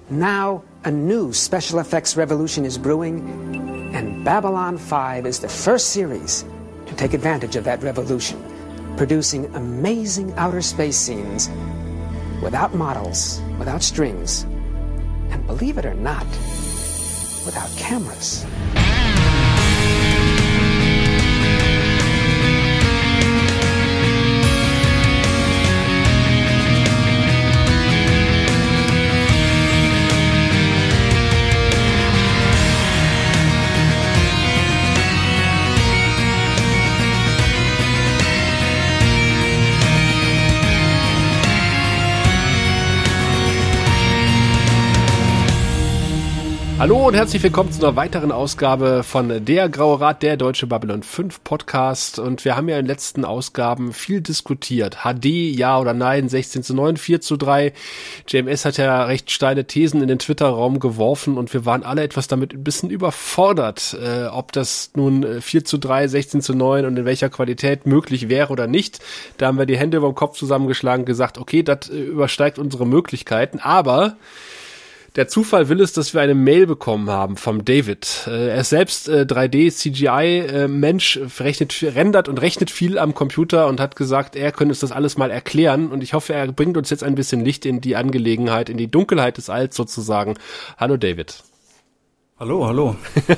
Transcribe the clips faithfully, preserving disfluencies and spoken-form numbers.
Now, a new special effects revolution is brewing, and Babylon five is the first series to take advantage of that revolution, producing amazing outer space scenes without models, without strings, and believe it or not, without cameras. Hallo und herzlich willkommen zu einer weiteren Ausgabe von Der Graue Rat, der Deutsche Babylon fünf Podcast. Und wir haben ja in den letzten Ausgaben viel diskutiert. H D, ja oder nein, sechzehn zu neun, vier zu drei. J M S hat ja recht steile Thesen in den Twitter-Raum geworfen und wir waren alle etwas damit ein bisschen überfordert, äh, ob das nun vier zu drei, sechzehn zu neun und in welcher Qualität möglich wäre oder nicht. Da haben wir die Hände über den Kopf zusammengeschlagen und gesagt, okay, das äh, übersteigt unsere Möglichkeiten, aber der Zufall will es, dass wir eine Mail bekommen haben vom David. Er ist selbst äh, drei D C G I-Mensch, rechnet, rendert und rechnet viel am Computer und hat gesagt, er könnte uns das alles mal erklären. Und ich hoffe, er bringt uns jetzt ein bisschen Licht in die Angelegenheit, in die Dunkelheit des Alls sozusagen. Hallo David. Hallo, hallo.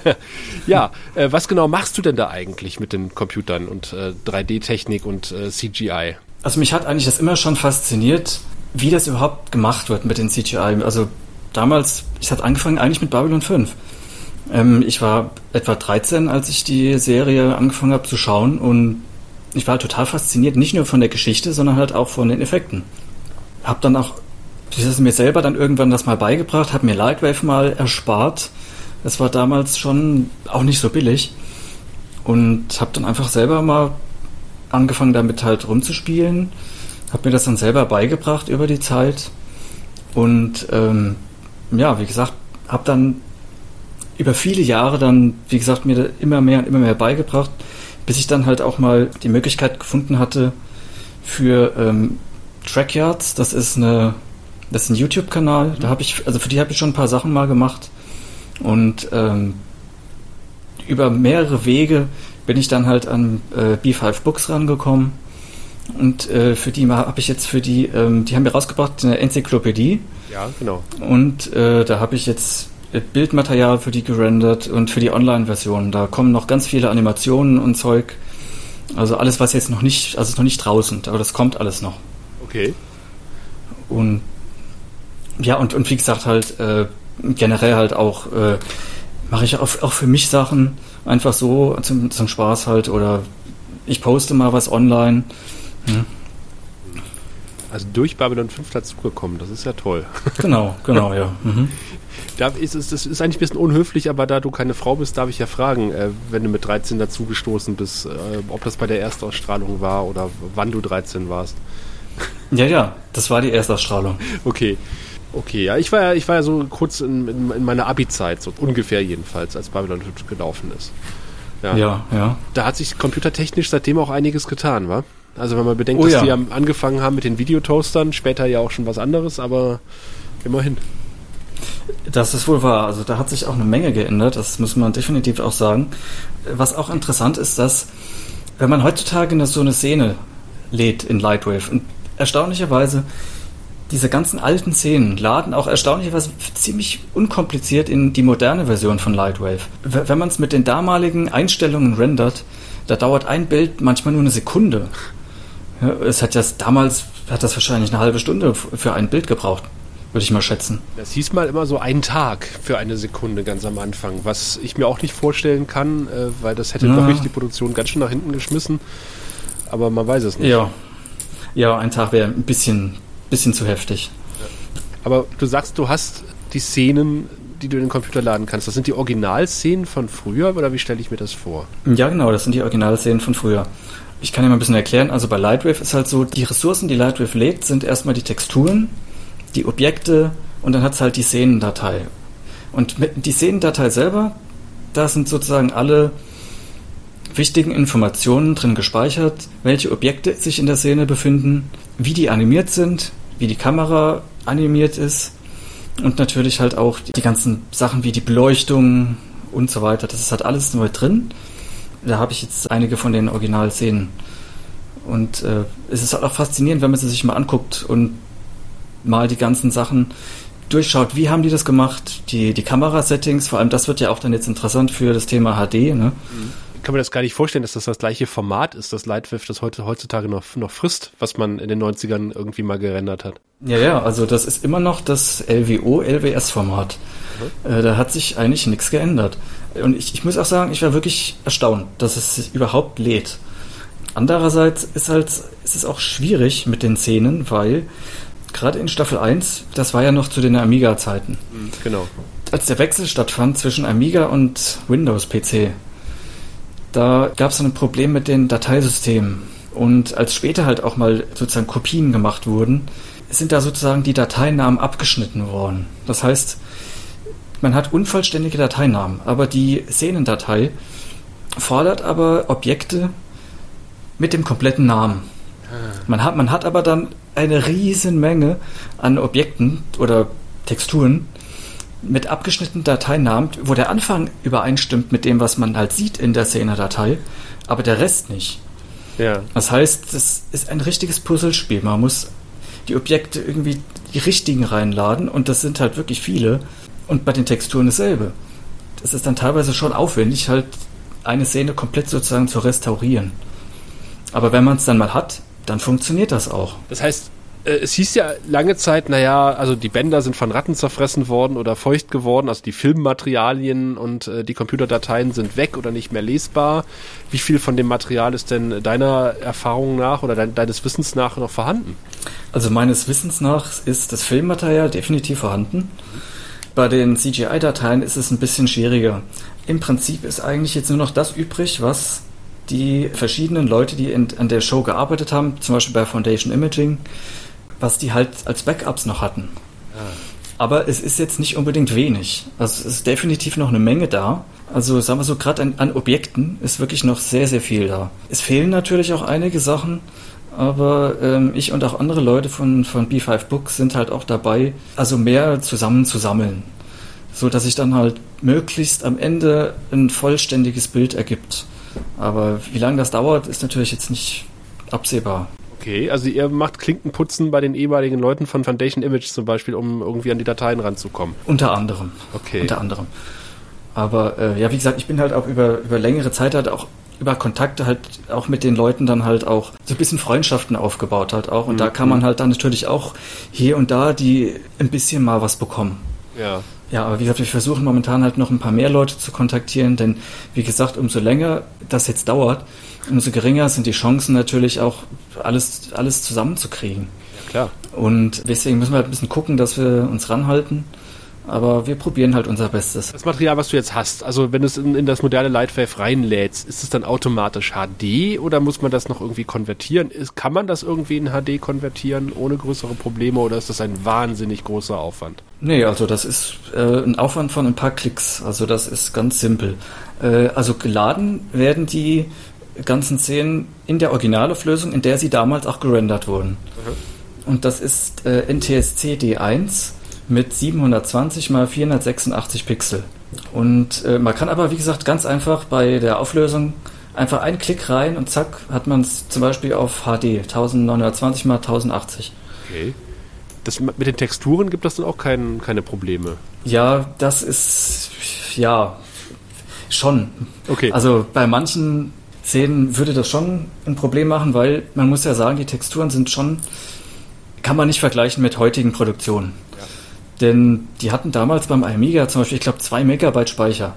Ja, äh, was genau machst du denn da eigentlich mit den Computern und äh, drei D-Technik und äh, C G I? Also mich hat eigentlich das immer schon fasziniert, wie das überhaupt gemacht wird mit den C G I. Also damals, ich hatte angefangen eigentlich mit Babylon fünf. Ähm, ich war etwa dreizehn, als ich die Serie angefangen habe zu schauen und ich war halt total fasziniert, nicht nur von der Geschichte, sondern halt auch von den Effekten. Hab dann auch, ich habe mir selber dann irgendwann das mal beigebracht, habe mir Lightwave mal erspart. Das war damals schon auch nicht so billig und habe dann einfach selber mal angefangen damit halt rumzuspielen, habe mir das dann selber beigebracht über die Zeit und ähm, ja, wie gesagt, habe dann über viele Jahre dann, wie gesagt, mir immer mehr und immer mehr beigebracht, bis ich dann halt auch mal die Möglichkeit gefunden hatte für ähm, Trackyards. Das ist eine, das ist ein YouTube-Kanal. Da habe ich, also für die habe ich schon ein paar Sachen mal gemacht und ähm, über mehrere Wege bin ich dann halt an äh, B fünf Books rangekommen und äh, für die habe ich jetzt für die, ähm, die haben mir rausgebracht eine Enzyklopädie. Ja, genau. Und äh, da habe ich jetzt Bildmaterial für die gerendert und für die Online-Version. Da kommen noch ganz viele Animationen und Zeug. Also alles, was jetzt noch nicht, also ist noch nicht draußen, aber das kommt alles noch. Okay. Und ja, und, und wie gesagt, halt äh, generell halt auch äh, mache ich auch, auch für mich Sachen einfach so zum, zum Spaß halt oder ich poste mal was online. Hm. Also durch Babylon fünf dazugekommen, das ist ja toll. Genau, genau, ja. Mhm. Da ist es, das ist eigentlich ein bisschen unhöflich, aber da du keine Frau bist, darf ich ja fragen, äh, wenn du mit dreizehn dazugestoßen bist, äh, ob das bei der Erstausstrahlung war oder wann du dreizehn warst. Ja, ja, das war die Erstausstrahlung. Okay. Okay, ja, ich war ja, ich war ja so kurz in, in, in meiner Abi-Zeit, so ungefähr jedenfalls, als Babylon fünf gelaufen ist. Ja, ja, ja. Da hat sich computertechnisch seitdem auch einiges getan, wa? Also wenn man bedenkt, oh, dass ja. die angefangen haben mit den Videotoastern, später ja auch schon was anderes, aber immerhin. Das ist wohl wahr. Also da hat sich auch eine Menge geändert, das muss man definitiv auch sagen. Was auch interessant ist, dass wenn man heutzutage so eine Szene lädt in Lightwave und erstaunlicherweise diese ganzen alten Szenen laden auch erstaunlicherweise ziemlich unkompliziert in die moderne Version von Lightwave. Wenn man es mit den damaligen Einstellungen rendert, da dauert ein Bild manchmal nur eine Sekunde. Ja, es hat das damals hat das wahrscheinlich eine halbe Stunde für ein Bild gebraucht, würde ich mal schätzen. Das hieß mal immer so einen Tag für eine Sekunde ganz am Anfang, was ich mir auch nicht vorstellen kann, äh, weil das hätte, glaube ich, die Produktion ganz schön nach hinten geschmissen. Aber man weiß es nicht. Ja, ja, ein Tag wäre ein bisschen, bisschen zu heftig. Ja. Aber du sagst, du hast die Szenen, die du in den Computer laden kannst. Das sind die Originalszenen von früher oder wie stelle ich mir das vor? Ja, genau, das sind die Originalszenen von früher. Ich kann dir mal ein bisschen erklären. Also bei Lightwave ist halt so, die Ressourcen, die Lightwave lädt, sind erstmal die Texturen, die Objekte und dann hat es halt die Szenendatei. Und mit die Szenendatei selber, da sind sozusagen alle wichtigen Informationen drin gespeichert, welche Objekte sich in der Szene befinden, wie die animiert sind, wie die Kamera animiert ist Und natürlich halt auch die ganzen Sachen wie die Beleuchtung und so weiter. Das ist halt alles neu drin. Da habe ich jetzt einige von den Originalszenen. Und äh, es ist halt auch faszinierend, wenn man sie sich mal anguckt und mal die ganzen Sachen durchschaut. Wie haben die das gemacht? Die, die Kamerasettings, vor allem das wird ja auch dann jetzt interessant für das Thema H D. Ne? Mhm. Ich kann mir das gar nicht vorstellen, dass das das gleiche Format ist, das Lightwave, das heute, heutzutage noch, noch frisst, was man in den neunzigern irgendwie mal gerendert hat. Ja, ja, also das ist immer noch das L W O, L W S-Format. Mhm. Äh, da hat sich eigentlich nichts geändert. Und ich, ich muss auch sagen, ich war wirklich erstaunt, dass es sich überhaupt lädt. Andererseits ist halt, ist es auch schwierig mit den Szenen, weil gerade in Staffel eins, das war ja noch zu den Amiga-Zeiten. Mhm, genau. Als der Wechsel stattfand zwischen Amiga und Windows-P C, da gab es ein Problem mit den Dateisystemen. Und als später halt auch mal sozusagen Kopien gemacht wurden, sind da sozusagen die Dateinamen abgeschnitten worden. Das heißt, man hat unvollständige Dateinamen, aber die Szenendatei fordert aber Objekte mit dem kompletten Namen. Man hat, man hat aber dann eine riesen Menge an Objekten oder Texturen mit abgeschnittenen Dateinamen, wo der Anfang übereinstimmt mit dem, was man halt sieht in der Szenedatei, aber der Rest nicht. Ja. Das heißt, das ist ein richtiges Puzzlespiel. Man muss die Objekte irgendwie die richtigen reinladen und das sind halt wirklich viele. Und bei den Texturen dasselbe. Das ist dann teilweise schon aufwendig, halt eine Szene komplett sozusagen zu restaurieren. Aber wenn man es dann mal hat, dann funktioniert das auch. Das heißt, es hieß ja lange Zeit, naja, also die Bänder sind von Ratten zerfressen worden oder feucht geworden, also die Filmmaterialien und äh, die Computerdateien sind weg oder nicht mehr lesbar. Wie viel von dem Material ist denn deiner Erfahrung nach oder de- deines Wissens nach noch vorhanden? Also meines Wissens nach ist das Filmmaterial definitiv vorhanden. Bei den C G I-Dateien ist es ein bisschen schwieriger. Im Prinzip ist eigentlich jetzt nur noch das übrig, was die verschiedenen Leute, die in, an der Show gearbeitet haben, zum Beispiel bei Foundation Imaging, was die halt als Backups noch hatten. Ja. Aber es ist jetzt nicht unbedingt wenig. Also es ist definitiv noch eine Menge da. Also sagen wir so, gerade an, an Objekten ist wirklich noch sehr, sehr viel da. Es fehlen natürlich auch einige Sachen, aber ähm, ich und auch andere Leute von, von B fünf Books sind halt auch dabei, also mehr zusammen zu sammeln, so dass sich dann halt möglichst am Ende ein vollständiges Bild ergibt. Aber wie lange das dauert, ist natürlich jetzt nicht absehbar. Okay, also ihr macht Klinkenputzen bei den ehemaligen Leuten von Foundation Image zum Beispiel, um irgendwie an die Dateien ranzukommen? Unter anderem. Okay. Unter anderem. Aber äh, ja, wie gesagt, ich bin halt auch über, über längere Zeit halt auch über Kontakte halt auch mit den Leuten dann halt auch so ein bisschen Freundschaften aufgebaut halt auch. Und mhm. da kann man halt dann natürlich auch hier und da die ein bisschen mal was bekommen. Ja. Ja, aber wie gesagt, wir versuchen momentan halt noch ein paar mehr Leute zu kontaktieren, denn wie gesagt, umso länger das jetzt dauert, umso geringer sind die Chancen natürlich auch, alles, alles zusammenzukriegen. Ja, klar. Und deswegen müssen wir halt ein bisschen gucken, dass wir uns ranhalten. Aber wir probieren halt unser Bestes. Das Material, was du jetzt hast, also wenn du es in, in das moderne Lightwave reinlädst, ist es dann automatisch H D oder muss man das noch irgendwie konvertieren? Ist, kann man das irgendwie in H D konvertieren ohne größere Probleme oder ist das ein wahnsinnig großer Aufwand? Nee, also das ist äh, ein Aufwand von ein paar Klicks. Also das ist ganz simpel. Äh, also geladen werden die ganzen Szenen in der Originalauflösung, in der sie damals auch gerendert wurden. Mhm. Und das ist äh, N T S C D eins mit siebenhundertzwanzig mal vierhundertsechsundachtzig Pixel. Und äh, man kann aber, wie gesagt, ganz einfach bei der Auflösung einfach einen Klick rein und zack, hat man es zum Beispiel auf H D, neunzehnhundertzwanzig mal tausendachtzig. Okay. Das, mit den Texturen gibt das dann auch kein, keine Probleme? Ja, das ist, ja, schon. Okay. Also bei manchen Szenen würde das schon ein Problem machen, weil man muss ja sagen, die Texturen sind schon, kann man nicht vergleichen mit heutigen Produktionen. Ja. Denn die hatten damals beim Amiga zum Beispiel, ich glaube, zwei Megabyte Speicher.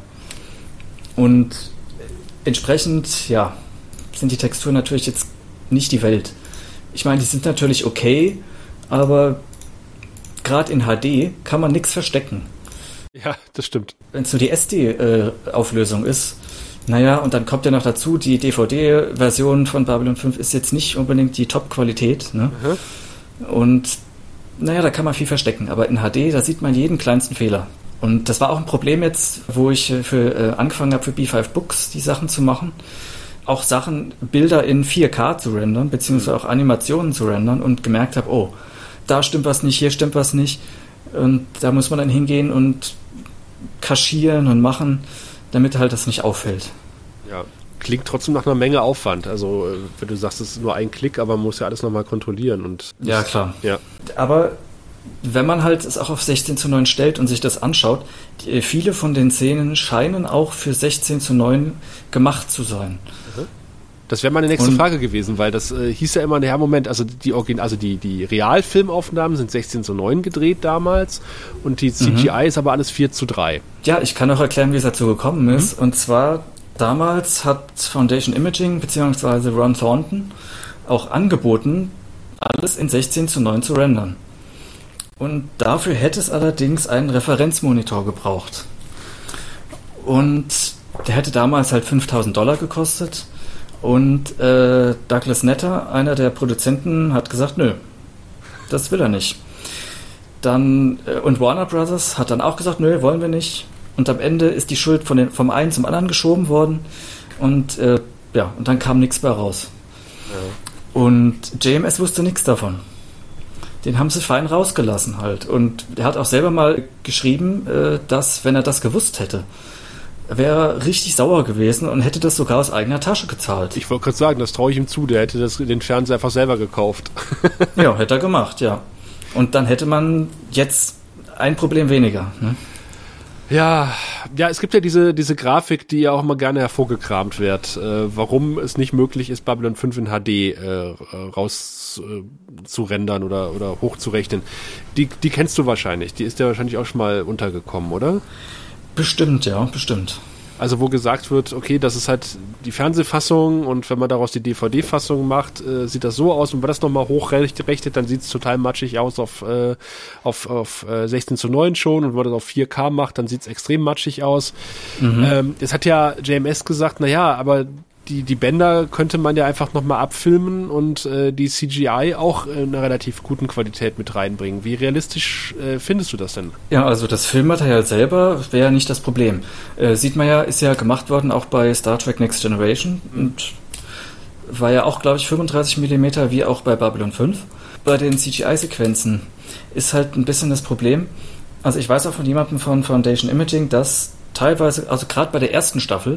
Und entsprechend, ja, sind die Texturen natürlich jetzt nicht die Welt. Ich meine, die sind natürlich okay, aber gerade in H D kann man nichts verstecken. Ja, das stimmt. Wenn es nur die S D-Auflösung äh, ist, naja, und dann kommt ja noch dazu, die D V D-Version von Babylon fünf ist jetzt nicht unbedingt die Top-Qualität. Ne? Mhm. Und naja, da kann man viel verstecken. Aber in H D, da sieht man jeden kleinsten Fehler. Und das war auch ein Problem jetzt, wo ich für, äh, angefangen habe, für B fünf Books die Sachen zu machen. Auch Sachen, Bilder in vier K zu rendern, beziehungsweise auch Animationen zu rendern und gemerkt habe, oh, da stimmt was nicht, hier stimmt was nicht. Und da muss man dann hingehen und kaschieren und machen, damit halt das nicht auffällt. Ja, klingt trotzdem nach einer Menge Aufwand. Also wenn du sagst, es ist nur ein Klick, aber man muss ja alles nochmal kontrollieren. Und ja, klar. Ja. Aber wenn man halt es auch auf sechzehn zu neun stellt und sich das anschaut, die, viele von den Szenen scheinen auch für sechzehn zu neun gemacht zu sein. Das wäre meine nächste und, Frage gewesen, weil das äh, hieß ja immer, naja, Moment, also die Origin, also die, die Realfilmaufnahmen sind sechzehn zu neun gedreht damals und die C G I mhm. ist aber alles vier zu drei. Ja, ich kann auch erklären, wie es dazu gekommen ist. Mhm. Und zwar, damals hat Foundation Imaging bzw. Ron Thornton auch angeboten, alles in sechzehn zu neun zu rendern. Und dafür hätte es allerdings einen Referenzmonitor gebraucht. Und der hätte damals halt fünftausend Dollar gekostet. Und äh, Douglas Netter, einer der Produzenten, hat gesagt, nö, das will er nicht. Dann, äh, und Warner Brothers hat dann auch gesagt, nö, wollen wir nicht. Und am Ende ist die Schuld von den, vom einen zum anderen geschoben worden. Und äh, ja, und dann kam nichts mehr raus. Ja. Und J M S wusste nichts davon. Den haben sie fein rausgelassen halt. Und er hat auch selber mal geschrieben, äh, dass, wenn er das gewusst hätte, wäre er richtig sauer gewesen und hätte das sogar aus eigener Tasche gezahlt. Ich wollte gerade sagen, das traue ich ihm zu. Der hätte das, den Fernseher einfach selber gekauft. Ja, hätte er gemacht, ja. Und dann hätte man jetzt ein Problem weniger. Ne? Ja, ja, es gibt ja diese, diese Grafik, die ja auch immer gerne hervorgekramt wird, äh, warum es nicht möglich ist, Babylon fünf in H D äh, raus äh, zu rendern oder, oder hochzurechnen. Die, die kennst du wahrscheinlich. Die ist ja wahrscheinlich auch schon mal untergekommen, oder? Bestimmt, ja, bestimmt. Also wo gesagt wird, okay, das ist halt die Fernsehfassung und wenn man daraus die D V D-Fassung macht, äh, sieht das so aus und wenn man das nochmal hochrechnet, dann sieht es total matschig aus auf, äh, auf, auf äh, sechzehn zu neun schon und wenn man das auf vier K macht, dann sieht es extrem matschig aus. Mhm. Ähm, es hat ja J M S gesagt, naja, aber die, die Bänder könnte man ja einfach nochmal abfilmen und äh, die C G I auch in einer relativ guten Qualität mit reinbringen. Wie realistisch äh, findest du das denn? Ja, also das Filmmaterial selber wäre ja nicht das Problem. Äh, sieht man ja, ist ja gemacht worden auch bei Star Trek Next Generation und war ja auch, glaube ich, fünfunddreißig Millimeter wie auch bei Babylon fünf. Bei den C G I-Sequenzen ist halt ein bisschen das Problem. Also ich weiß auch von jemandem von Foundation Imaging, dass teilweise, also gerade bei der ersten Staffel,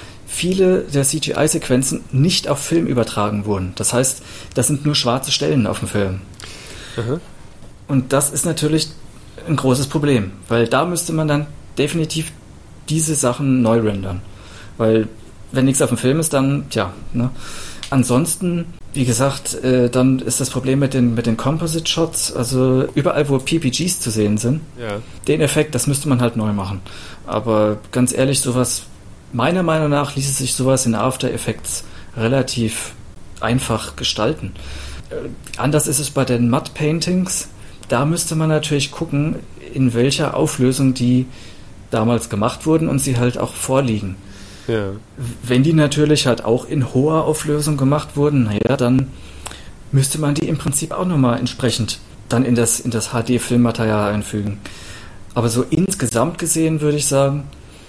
viele der C G I-Sequenzen nicht auf Film übertragen wurden. Das heißt, das sind nur schwarze Stellen auf dem Film. Mhm. Und das ist natürlich ein großes Problem, weil da müsste man dann definitiv diese Sachen neu rendern. Weil wenn nichts auf dem Film ist, dann, tja, ne. Ansonsten, wie gesagt, äh, dann ist das Problem mit den, mit den Composite-Shots, also überall, wo P P Gs zu sehen sind, ja. Den Effekt, das müsste man halt neu machen. Aber ganz ehrlich, sowas meiner Meinung nach ließe sich sowas in After Effects relativ einfach gestalten. Äh, anders ist es bei den Matte Paintings. Da müsste man natürlich gucken, in welcher Auflösung die damals gemacht wurden und sie halt auch vorliegen. Ja. Wenn die natürlich halt auch in hoher Auflösung gemacht wurden, naja, dann müsste man die im Prinzip auch nochmal entsprechend dann in das, in das H D-Filmmaterial einfügen. Aber so insgesamt gesehen würde ich sagen,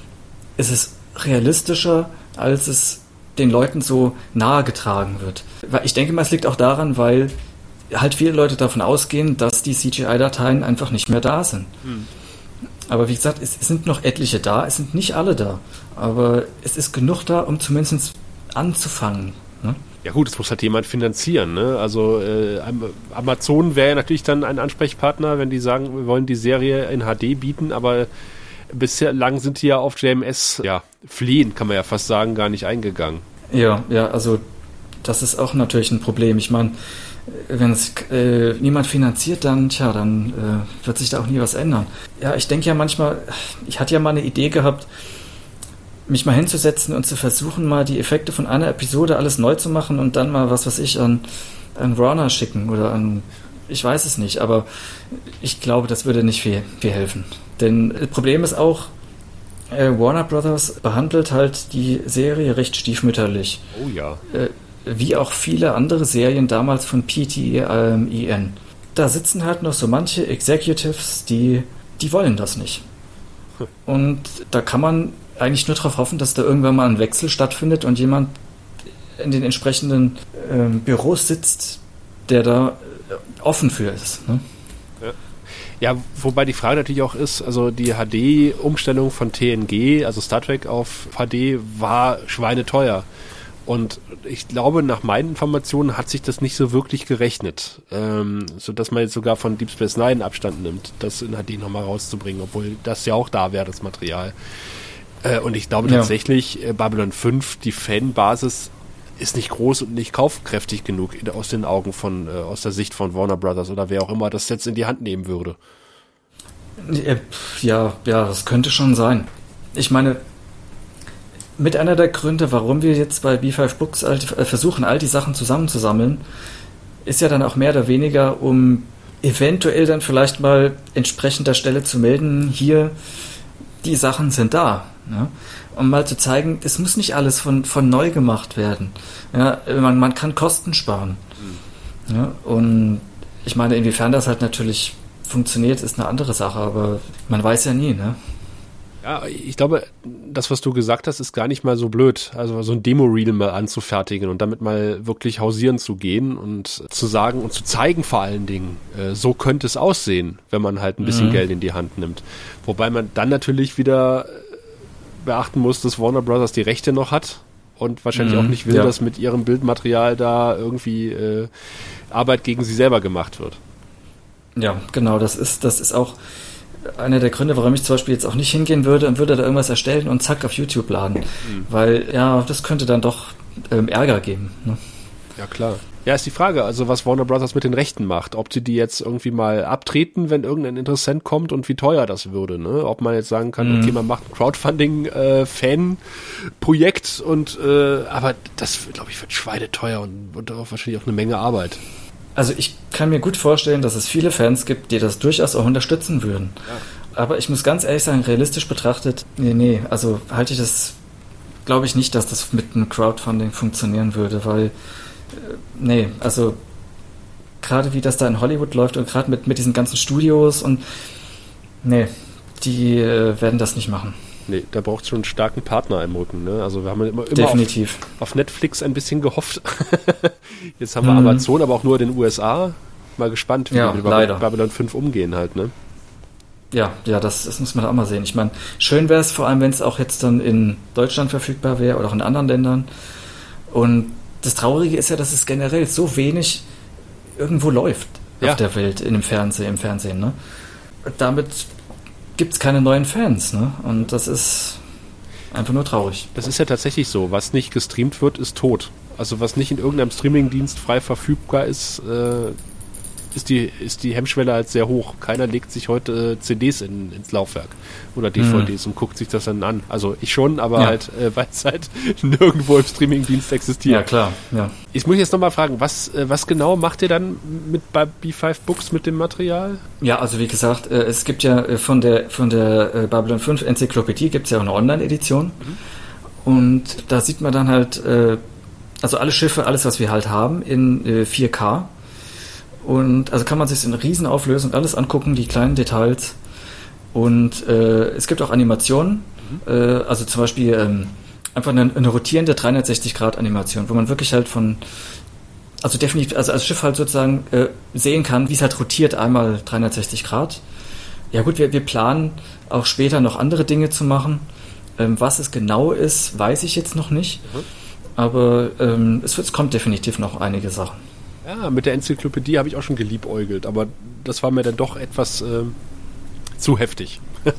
ist es realistischer, als es den Leuten so nahe getragen wird. Ich denke mal, es liegt auch daran, weil halt viele Leute davon ausgehen, dass die C G I-Dateien einfach nicht mehr da sind. Hm. Aber wie gesagt, es, es sind noch etliche da, es sind nicht alle da. Aber es ist genug da, um zumindest anzufangen. Ne? Ja gut, es muss halt jemand finanzieren. Ne? Also äh, Amazon wäre ja natürlich dann ein Ansprechpartner, wenn die sagen, wir wollen die Serie in H D bieten, aber bislang sind die ja auf J M S, ja, fliehen, kann man ja fast sagen, gar nicht eingegangen. Ja, ja, also das ist auch natürlich ein Problem. Ich meine, wenn es äh, niemand finanziert, dann, tja, dann äh, wird sich da auch nie was ändern. Ja, ich denke ja manchmal, ich hatte ja mal eine Idee gehabt, mich mal hinzusetzen und zu versuchen, mal die Effekte von einer Episode alles neu zu machen und dann mal, was weiß ich, an, an Warner schicken oder an, ich weiß es nicht, aber ich glaube, das würde nicht viel, viel helfen. Denn das Problem ist auch, äh, Warner Brothers behandelt halt die Serie recht stiefmütterlich. Oh ja. Äh, wie auch viele andere Serien damals von P T E N. Da sitzen halt noch so manche Executives, die, die wollen das nicht. Hm. Und da kann man eigentlich nur darauf hoffen, dass da irgendwann mal ein Wechsel stattfindet und jemand in den entsprechenden äh, Büros sitzt, der da offen für ist. Ne? Ja. Ja, wobei die Frage natürlich auch ist, also die H D-Umstellung von T N G, also Star Trek auf H D, war schweineteuer. Und ich glaube, nach meinen Informationen hat sich das nicht so wirklich gerechnet, ähm, sodass man jetzt sogar von Deep Space Nine Abstand nimmt, das in H D nochmal rauszubringen, obwohl das ja auch da wäre, das Material. Äh, und ich glaube ja. tatsächlich, äh, Babylon fünf, die Fanbasis ist nicht groß und nicht kaufkräftig genug in, aus den Augen von, äh, aus der Sicht von Warner Brothers oder wer auch immer das jetzt in die Hand nehmen würde. Ja, ja, das könnte schon sein. Ich meine, mit einer der Gründe, warum wir jetzt bei B fünf Books all, äh, versuchen, all die Sachen zusammenzusammeln, ist ja dann auch mehr oder weniger, um eventuell dann vielleicht mal entsprechend der Stelle zu melden, hier, die Sachen sind da. Ja? Um mal zu zeigen, es muss nicht alles von, von neu gemacht werden. Ja? Man, man kann Kosten sparen. Mhm. Ja? Und ich meine, inwiefern das halt natürlich funktioniert, ist eine andere Sache, aber man weiß ja nie, ne? Ja, ich glaube, das, was du gesagt hast, ist gar nicht mal so blöd. Also so ein Demo-Reel mal anzufertigen und damit mal wirklich hausieren zu gehen und zu sagen und zu zeigen vor allen Dingen, äh, so könnte es aussehen, wenn man halt ein bisschen mhm. Geld in die Hand nimmt. Wobei man dann natürlich wieder beachten muss, dass Warner Brothers die Rechte noch hat und wahrscheinlich mhm. auch nicht will, ja. dass mit ihrem Bildmaterial da irgendwie äh, Arbeit gegen sie selber gemacht wird. Ja, genau, das ist, das ist auch einer der Gründe, warum ich zum Beispiel jetzt auch nicht hingehen würde und würde da irgendwas erstellen und zack auf YouTube laden. Mhm. Weil, ja, das könnte dann doch ähm, Ärger geben. Ne? Ja, klar. Ja, ist die Frage, also was Warner Brothers mit den Rechten macht. Ob sie die jetzt irgendwie mal abtreten, wenn irgendein Interessent kommt und wie teuer das würde. Ne? Ob man jetzt sagen kann, mhm. okay, man macht ein Crowdfunding-Fan-Projekt und äh, aber das, glaube ich, wird schweineteuer und, und auch wahrscheinlich auch eine Menge Arbeit. Also ich kann mir gut vorstellen, dass es viele Fans gibt, die das durchaus auch unterstützen würden. Ja. Aber ich muss ganz ehrlich sagen, realistisch betrachtet, nee, nee, also halte ich das, glaube ich nicht, dass das mit einem Crowdfunding funktionieren würde, weil, äh, nee, also gerade wie das da in Hollywood läuft und gerade mit, mit diesen ganzen Studios und, nee, die äh, werden das nicht machen. Nee, da braucht es schon einen starken Partner im Rücken. Ne? Also wir haben immer, immer Definitiv. Auf, auf Netflix ein bisschen gehofft. Jetzt haben wir hm. Amazon, aber auch nur in den U S A. Mal gespannt, wie ja, wir mit Babylon fünf umgehen halt. Ne? Ja, ja, das, das muss man auch mal sehen. Ich meine, schön wäre es vor allem, wenn es auch jetzt dann in Deutschland verfügbar wäre oder auch in anderen Ländern. Und das Traurige ist ja, dass es generell so wenig irgendwo läuft ja. auf der Welt, in dem Fernsehen, im Fernsehen. Ne? Damit gibt es keine neuen Fans, ne? Und das ist einfach nur traurig. Das ist ja tatsächlich so. Was nicht gestreamt wird, ist tot. Also was nicht in irgendeinem Streamingdienst frei verfügbar ist, äh, ist die ist die Hemmschwelle halt sehr hoch. Keiner legt sich heute äh, C Ds in, ins Laufwerk oder D V Ds mhm. und guckt sich das dann an. Also ich schon, aber ja. halt, äh, weil es halt nirgendwo im Streamingdienst existiert. Ja, klar. Ja. Ich muss jetzt nochmal fragen, was, äh, was genau macht ihr dann mit bei B fünf Books mit dem Material? Ja, also wie gesagt, äh, es gibt ja äh, von der von der äh, Babylon fünf Enzyklopädie gibt es ja auch eine Online-Edition. Mhm. Und da sieht man dann halt, äh, also alle Schiffe, alles, was wir halt haben, in äh, vier K. Und also kann man sich in Riesenauflösung alles angucken, die kleinen Details. Und äh, es gibt auch Animationen, mhm. äh, also zum Beispiel ähm, einfach eine, eine rotierende dreihundertsechzig Grad Animation, wo man wirklich halt von, also definitiv, also als Schiff halt sozusagen äh, sehen kann, wie es halt rotiert, einmal dreihundertsechzig Grad. Ja gut, wir, wir planen auch später noch andere Dinge zu machen. Ähm, was es genau ist, weiß ich jetzt noch nicht. Mhm. Aber ähm, es, es kommt definitiv noch einige Sachen. Ja, mit der Enzyklopädie habe ich auch schon geliebäugelt, aber das war mir dann doch etwas äh, zu heftig.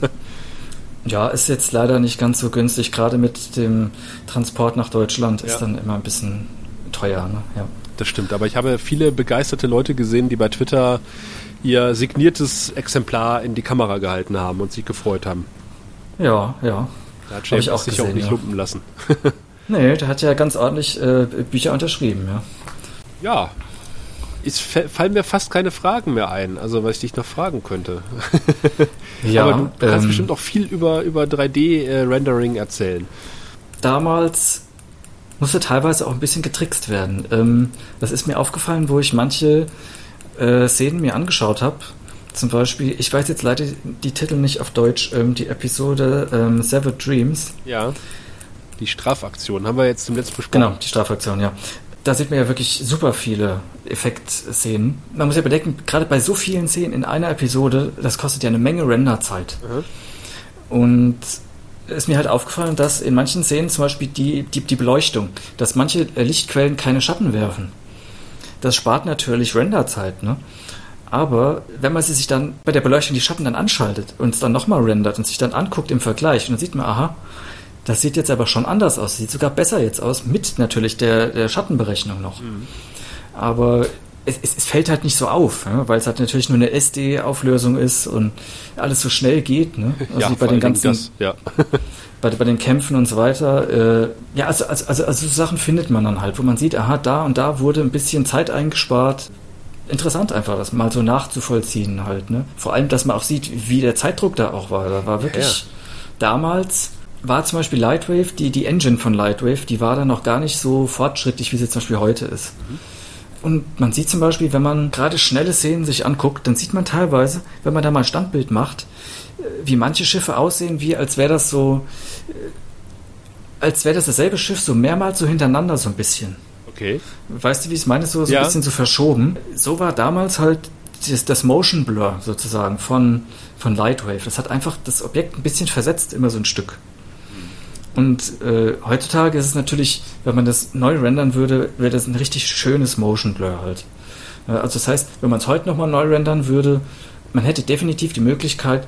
Ja, ist jetzt leider nicht ganz so günstig, gerade mit dem Transport nach Deutschland ist ja. dann immer ein bisschen teuer. Ne? Ja. Das stimmt, aber ich habe viele begeisterte Leute gesehen, die bei Twitter ihr signiertes Exemplar in die Kamera gehalten haben und sich gefreut haben. Ja, ja. Da hat James sich gesehen, auch nicht ja. lumpen lassen. Nee, der hat ja ganz ordentlich äh, Bücher unterschrieben, ja. Ja, es fallen mir fast keine Fragen mehr ein, also was ich dich noch fragen könnte. Ja, aber du, du kannst ähm, bestimmt auch viel über, über drei D-Rendering erzählen. Damals musste teilweise auch ein bisschen getrickst werden. Ähm, das ist mir aufgefallen, wo ich manche äh, Szenen mir angeschaut habe. Zum Beispiel, ich weiß jetzt leider die Titel nicht auf Deutsch, ähm, die Episode ähm, Severed Dreams. Ja, die Strafaktion haben wir jetzt zum letzten besprochen. Genau, die Strafaktion, ja. da sieht man ja wirklich super viele Effektszenen. Man muss ja bedenken, gerade bei so vielen Szenen in einer Episode, das kostet ja eine Menge Renderzeit. Mhm. Und es ist mir halt aufgefallen, dass in manchen Szenen zum Beispiel die, die, die Beleuchtung, dass manche Lichtquellen keine Schatten werfen. Das spart natürlich Renderzeit, ne? Aber wenn man sich dann bei der Beleuchtung die Schatten dann anschaltet und es dann nochmal rendert und sich dann anguckt im Vergleich, und dann sieht man, aha, das sieht jetzt aber schon anders aus. Sieht sogar besser jetzt aus, mit natürlich der, der Schattenberechnung noch. Mhm. Aber es, es, es fällt halt nicht so auf, ja, weil es halt natürlich nur eine S D-Auflösung ist und alles so schnell geht. Ne? Also ja, bei den ganzen, das, ja. bei, bei den Kämpfen und so weiter. Äh, ja, also, also, also, also so Sachen findet man dann halt, wo man sieht, aha, da und da wurde ein bisschen Zeit eingespart. Interessant einfach, das mal so nachzuvollziehen halt. Ne? Vor allem, dass man auch sieht, wie der Zeitdruck da auch war. Da war wirklich ja. damals... war zum Beispiel Lightwave, die, die Engine von Lightwave, die war dann noch gar nicht so fortschrittlich, wie sie zum Beispiel heute ist. Mhm. Und man sieht zum Beispiel, wenn man gerade schnelle Szenen sich anguckt, dann sieht man teilweise, wenn man da mal ein Standbild macht, wie manche Schiffe aussehen, wie als wäre das so, als wäre das dasselbe Schiff so mehrmals so hintereinander so ein bisschen. Okay. Weißt du, wie ich es meine? So, so ja. ein bisschen so verschoben. So war damals halt das, das Motion Blur sozusagen von, von Lightwave. Das hat einfach das Objekt ein bisschen versetzt, immer so ein Stück. Und äh, heutzutage ist es natürlich, wenn man das neu rendern würde, wäre das ein richtig schönes Motion Blur halt. Äh, also das heißt, wenn man es heute nochmal neu rendern würde, man hätte definitiv die Möglichkeit,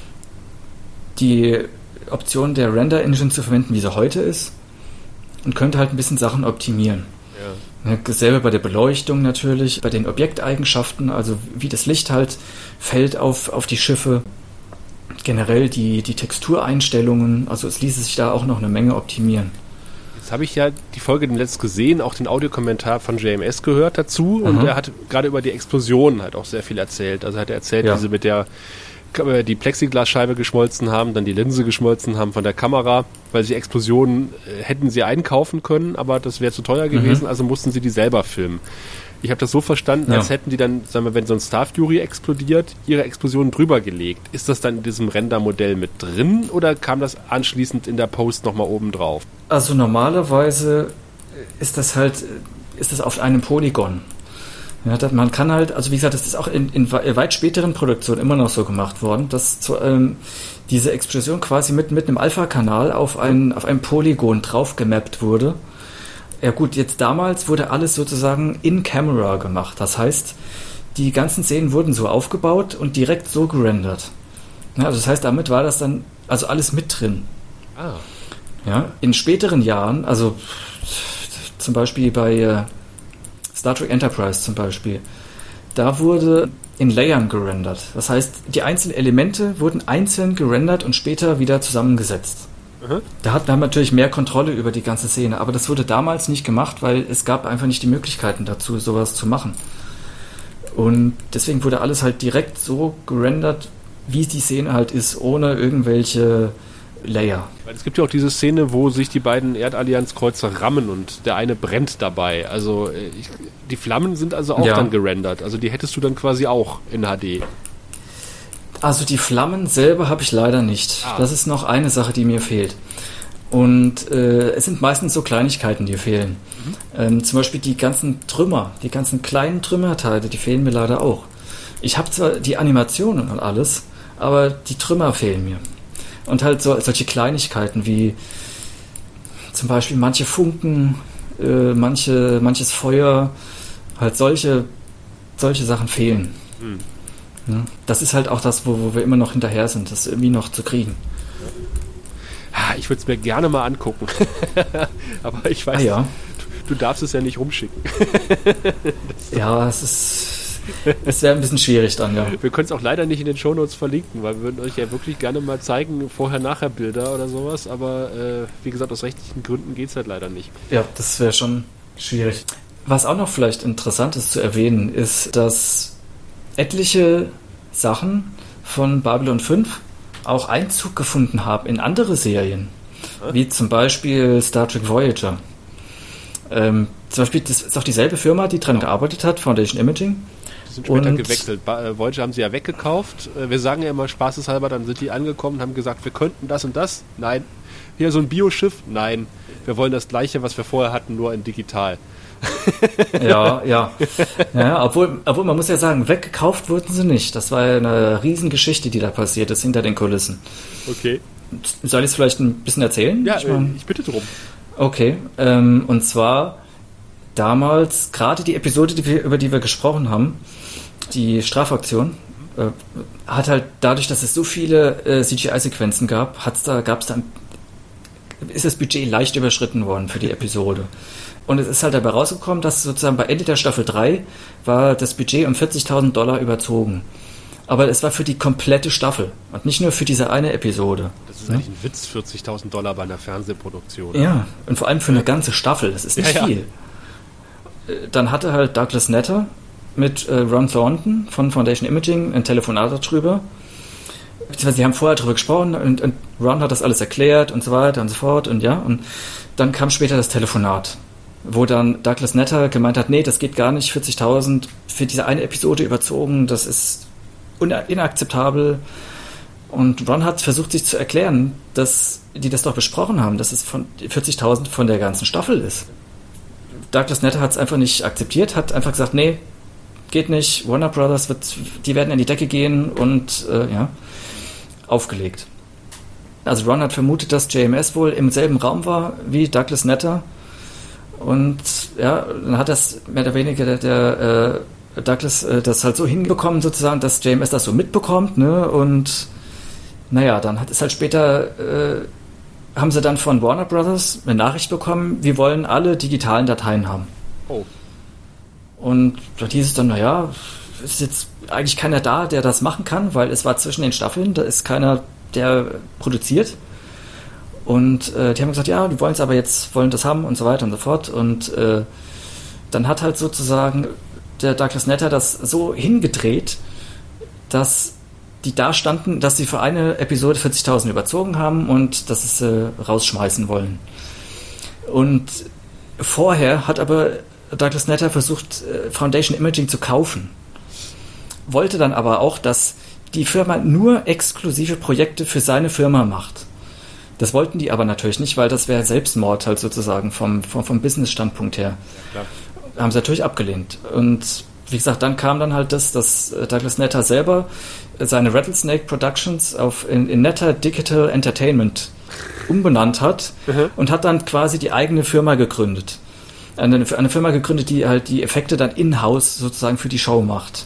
die Option der Render Engine zu verwenden, wie sie heute ist, und könnte halt ein bisschen Sachen optimieren. Ja. Ja, dasselbe bei der Beleuchtung natürlich, bei den Objekteigenschaften, also wie das Licht halt fällt auf, auf die Schiffe. Generell die, die Textureinstellungen, also es ließe sich da auch noch eine Menge optimieren. Jetzt habe ich ja die Folge demnächst gesehen, auch den Audiokommentar von J M S gehört dazu. Und mhm. er hat gerade über die Explosionen halt auch sehr viel erzählt. Also hat er erzählt, ja. wie sie mit der die Plexiglasscheibe geschmolzen haben, dann die Linse geschmolzen haben von der Kamera, weil sie Explosionen äh, hätten sie einkaufen können, aber das wäre zu teuer gewesen, mhm. also mussten sie die selber filmen. Ich habe das so verstanden, ja. als hätten die dann, sagen wir, wenn so ein Star Fury explodiert, ihre Explosionen drüber gelegt. Ist das dann in diesem Rendermodell mit drin oder kam das anschließend in der Post nochmal oben drauf? Also normalerweise ist das halt, ist das auf einem Polygon. Ja, man kann halt, also wie gesagt, das ist auch in, in weit späteren Produktionen immer noch so gemacht worden, dass zu, ähm, diese Explosion quasi mit, mit einem Alpha-Kanal auf ein, auf ein Polygon drauf gemappt wurde. Ja gut, jetzt damals wurde alles sozusagen in Camera gemacht. Das heißt, die ganzen Szenen wurden so aufgebaut und direkt so gerendert. Ja, also das heißt, damit war das dann also alles mit drin. Ah. Ja, in späteren Jahren, also zum Beispiel bei äh, Star Trek Enterprise zum Beispiel, da wurde in Layern gerendert. Das heißt, die einzelnen Elemente wurden einzeln gerendert und später wieder zusammengesetzt. Mhm. Da hat man natürlich mehr Kontrolle über die ganze Szene, aber das wurde damals nicht gemacht, weil es gab einfach nicht die Möglichkeiten dazu, sowas zu machen. Und deswegen wurde alles halt direkt so gerendert, wie die Szene halt ist, ohne irgendwelche Layer. Es gibt ja auch diese Szene, wo sich die beiden Erdallianz-Kreuzer rammen und der eine brennt dabei. Also ich, die Flammen sind also auch ja. dann gerendert. Also die hättest du dann quasi auch in H D. Also die Flammen selber habe ich leider nicht. Ah. Das ist noch eine Sache, die mir fehlt. Und äh, es sind meistens so Kleinigkeiten, die fehlen. Mhm. Ähm, zum Beispiel die ganzen Trümmer, die ganzen kleinen Trümmerteile, die fehlen mir leider auch. Ich habe zwar die Animationen und alles, aber die Trümmer fehlen mir. Und halt so solche Kleinigkeiten wie zum Beispiel manche Funken, äh, manche, manches Feuer, halt solche, solche Sachen fehlen. Mhm. Ja, das ist halt auch das, wo, wo wir immer noch hinterher sind, das irgendwie noch zu kriegen. Ich würde es mir gerne mal angucken. Aber ich weiß, ah, ja. du, du darfst es ja nicht rumschicken. Ja, es ist... Es wäre ein bisschen schwierig dann, ja. Wir können es auch leider nicht in den Shownotes verlinken, weil wir würden euch ja wirklich gerne mal zeigen, Vorher-Nachher-Bilder oder sowas, aber äh, wie gesagt, aus rechtlichen Gründen geht es halt leider nicht. Ja, das wäre schon schwierig. Was auch noch vielleicht interessant ist zu erwähnen, ist, dass etliche Sachen von Babylon fünf auch Einzug gefunden haben in andere Serien, Hä? wie zum Beispiel Star Trek Voyager. Ähm, zum Beispiel, das ist auch dieselbe Firma, die dran gearbeitet hat, Foundation Imaging. Sind später und gewechselt. Voyager haben sie ja weggekauft. Wir sagen ja immer spaßeshalber, dann sind die angekommen und haben gesagt, wir könnten das und das. Nein. Hier so ein Bioschiff? Nein. Wir wollen das Gleiche, was wir vorher hatten, nur in digital. Ja, ja. ja obwohl, obwohl man muss ja sagen, weggekauft wurden sie nicht. Das war ja eine Riesengeschichte, die da passiert ist hinter den Kulissen. Okay. Soll ich es vielleicht ein bisschen erzählen? Ja, ich, mein, ich bitte drum. Okay, ähm, und zwar damals, gerade die Episode, die wir, über die wir gesprochen haben, die Strafaktion, äh, hat halt dadurch, dass es so viele äh, C G I-Sequenzen gab, hat's da, gab's dann, ist das Budget leicht überschritten worden für die Episode. Und es ist halt dabei rausgekommen, dass sozusagen bei Ende der Staffel drei war das Budget um vierzigtausend Dollar überzogen. Aber es war für die komplette Staffel und nicht nur für diese eine Episode. Das ist eigentlich ein Witz, vierzigtausend Dollar bei einer Fernsehproduktion. Ja, und vor allem für eine ganze Staffel, das ist nicht ja, viel. Ja. Dann hatte halt Douglas Netter mit äh, Ron Thornton von Foundation Imaging ein Telefonat darüber. Beziehungsweise sie haben vorher darüber gesprochen und, und Ron hat das alles erklärt und so weiter und so fort. Und ja, und dann kam später das Telefonat, wo dann Douglas Netter gemeint hat, nee, das geht gar nicht, vierzigtausend für diese eine Episode überzogen, das ist inakzeptabel. Und Ron hat versucht, sich zu erklären, dass die das doch besprochen haben, dass es von vierzigtausend von der ganzen Staffel ist. Douglas Netter hat es einfach nicht akzeptiert, hat einfach gesagt, nee, geht nicht, Warner Brothers, wird, die werden in die Decke gehen und äh, ja, aufgelegt. Also Ron hat vermutet, dass J M S wohl im selben Raum war wie Douglas Netter und ja, dann hat das mehr oder weniger der, der äh, Douglas äh, das halt so hinbekommen sozusagen, dass J M S das so mitbekommt, ne, und naja, dann hat es halt später, äh, haben sie dann von Warner Brothers eine Nachricht bekommen, wir wollen alle digitalen Dateien haben. Oh. Und dann hieß es dann, naja, ist jetzt eigentlich keiner da, der das machen kann, weil es war zwischen den Staffeln, da ist keiner, der produziert. Und äh, die haben gesagt, ja, die wollen es aber jetzt, wollen das haben und so weiter und so fort. Und äh, dann hat halt sozusagen der Douglas Netter das so hingedreht, dass die da standen, dass sie für eine Episode vierzigtausend überzogen haben und dass sie äh, rausschmeißen wollen. Und vorher hat aber Douglas Netter versucht, Foundation Imaging zu kaufen. Wollte dann aber auch, dass die Firma nur exklusive Projekte für seine Firma macht. Das wollten die aber natürlich nicht, weil das wäre Selbstmord halt sozusagen vom, vom, vom Business-Standpunkt her. Ja, klar. Haben sie natürlich abgelehnt. Und wie gesagt, dann kam dann halt das, dass Douglas Netter selber seine Rattlesnake Productions auf in, in Netter Digital Entertainment umbenannt hat mhm. und hat dann quasi die eigene Firma gegründet. Eine, eine Firma gegründet, die halt die Effekte dann in-house sozusagen für die Show macht.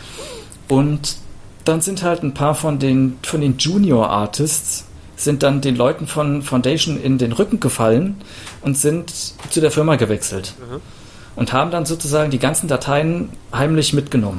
Und dann sind halt ein paar von den, von den Junior Artists sind dann den Leuten von Foundation in den Rücken gefallen und sind zu der Firma gewechselt. Mhm. Und haben dann sozusagen die ganzen Dateien heimlich mitgenommen.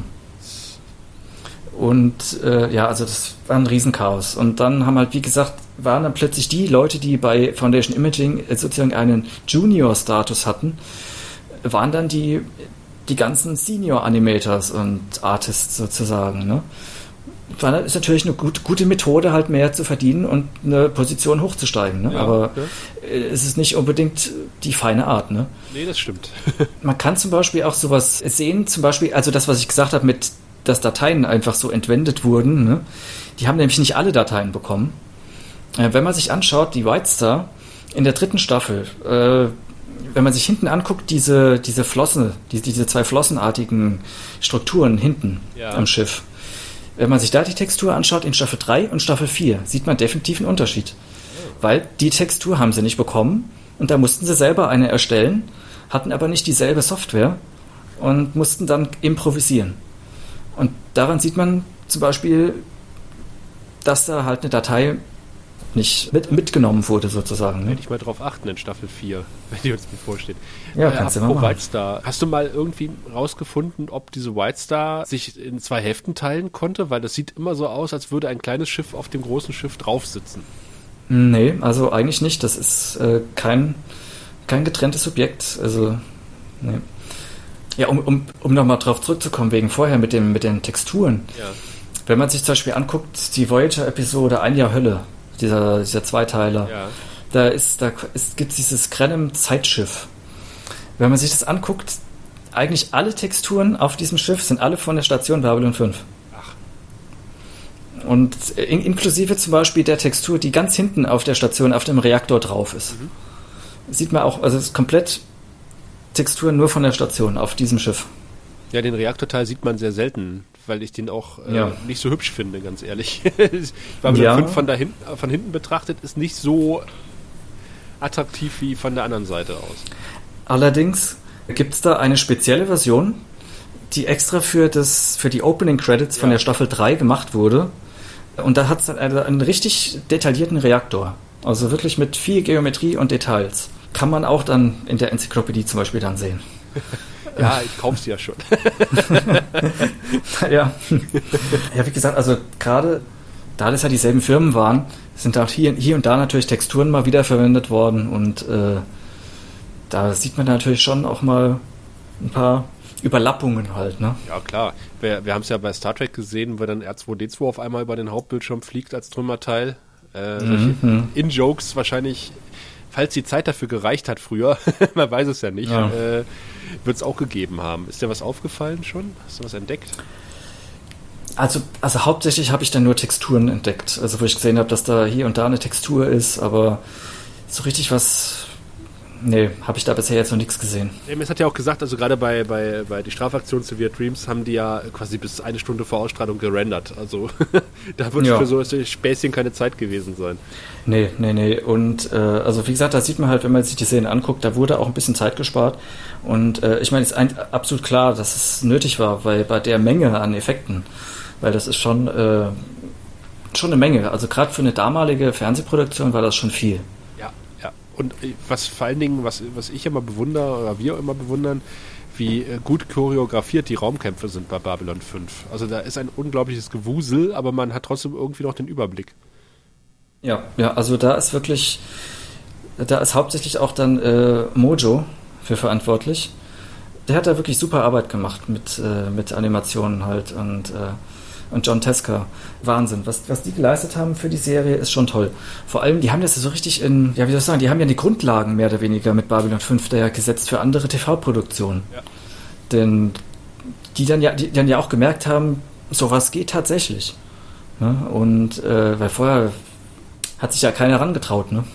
Und äh, ja, also das war ein Riesenchaos. Und dann haben halt, wie gesagt, waren dann plötzlich die Leute, die bei Foundation Imaging sozusagen einen Junior-Status hatten, waren dann die, die ganzen Senior-Animators und Artists sozusagen. Ne? Das ist natürlich eine gut, gute Methode, halt mehr zu verdienen und eine Position hochzusteigen. Ne? Ja, aber okay. Es ist nicht unbedingt die feine Art. Ne? Nee, das stimmt. Man kann zum Beispiel auch sowas sehen, zum Beispiel, also das, was ich gesagt habe, mit dass Dateien einfach so entwendet wurden. Ne? Die haben nämlich nicht alle Dateien bekommen. Äh, wenn man sich anschaut, die White Star in der dritten Staffel, äh, wenn man sich hinten anguckt, diese, diese Flossen, die, diese zwei flossenartigen Strukturen hinten ja. am Schiff, wenn man sich da die Textur anschaut in Staffel drei und Staffel vier, sieht man definitiv einen Unterschied. Oh. Weil die Textur haben sie nicht bekommen und da mussten sie selber eine erstellen, hatten aber nicht dieselbe Software und mussten dann improvisieren. Und daran sieht man zum Beispiel, dass da halt eine Datei nicht mit, mitgenommen wurde, sozusagen. Ne? Hätte ich mal drauf achten in Staffel vier, wenn die uns bevorsteht. Ja, äh, kannst du mal machen. White Star. Hast du mal irgendwie rausgefunden, ob diese White Star sich in zwei Hälften teilen konnte? Weil das sieht immer so aus, als würde ein kleines Schiff auf dem großen Schiff drauf sitzen. Nee, also eigentlich nicht. Das ist äh, kein, kein getrenntes Subjekt. Also, nee. Ja, um, um, um nochmal drauf zurückzukommen, wegen vorher mit, dem, mit den Texturen. Ja. Wenn man sich zum Beispiel anguckt, die Voyager-Episode Ein Jahr Hölle, dieser, dieser Zweiteiler, ja. da ist, da gibt es dieses Krenem-Zeitschiff. Wenn man sich das anguckt, eigentlich alle Texturen auf diesem Schiff sind alle von der Station Babylon fünf. Ach. Und in, inklusive zum Beispiel der Textur, die ganz hinten auf der Station, auf dem Reaktor drauf ist. Mhm. Sieht man auch, also es ist komplett Texturen nur von der Station auf diesem Schiff. Ja, den Reaktorteil sieht man sehr selten, weil ich den auch äh, ja. nicht so hübsch finde, ganz ehrlich. Babylon ja. fünf von, da hin, von hinten betrachtet ist nicht so attraktiv wie von der anderen Seite aus. Allerdings gibt es da eine spezielle Version, die extra für, das, für die Opening Credits ja. von der Staffel drei gemacht wurde. Und da hat es einen, einen richtig detaillierten Reaktor. Also wirklich mit viel Geometrie und Details. Kann man auch dann in der Enzyklopädie zum Beispiel dann sehen. Ja, ich kauf's ja schon. ja. ja, wie gesagt, also gerade da das ja dieselben Firmen waren, sind auch hier, hier und da natürlich Texturen mal wiederverwendet worden und äh, da sieht man natürlich schon auch mal ein paar Überlappungen halt, ne? Ja, klar. Wir, wir haben es ja bei Star Trek gesehen, wo dann R zwei D zwei auf einmal über den Hauptbildschirm fliegt als Trümmerteil. Äh, mhm. In-Jokes wahrscheinlich, falls die Zeit dafür gereicht hat früher, man weiß es ja nicht, ja. äh, wird es auch gegeben haben. Ist dir was aufgefallen schon? Hast du was entdeckt? Also, also hauptsächlich habe ich dann nur Texturen entdeckt. Also wo ich gesehen habe, dass da hier und da eine Textur ist, aber so richtig was... Nee, habe ich da bisher jetzt noch nichts gesehen. Es hat ja auch gesagt, also gerade bei, bei, bei die Strafaktion Severe Dreams haben die ja quasi bis eine Stunde vor Ausstrahlung gerendert. Also da wird ja. für so ein Späßchen keine Zeit gewesen sein. Nee, nee, nee. Und äh, also wie gesagt, da sieht man halt, wenn man sich die Szene anguckt, da wurde auch ein bisschen Zeit gespart. Und äh, ich meine, es ist ein, absolut klar, dass es nötig war, weil bei der Menge an Effekten, weil das ist schon, äh, schon eine Menge. Also gerade für eine damalige Fernsehproduktion war das schon viel. Und was vor allen Dingen, was, was ich immer bewundere, oder wir immer bewundern, wie gut choreografiert die Raumkämpfe sind bei Babylon fünf. Also da ist ein unglaubliches Gewusel, aber man hat trotzdem irgendwie noch den Überblick. Ja, ja, also da ist wirklich, da ist hauptsächlich auch dann äh, Mojo für verantwortlich. Der hat da wirklich super Arbeit gemacht mit, äh, mit Animationen halt und äh, und John Teska. Wahnsinn. Was, was die geleistet haben für die Serie, ist schon toll. Vor allem, die haben das so richtig in, ja, wie soll ich sagen, die haben ja die Grundlagen mehr oder weniger mit Babylon fünf da ja gesetzt für andere T V-Produktionen. Ja. Denn die dann ja, die dann ja auch gemerkt haben, sowas geht tatsächlich. Ne? Und äh, weil vorher hat sich ja keiner rangetraut, ne?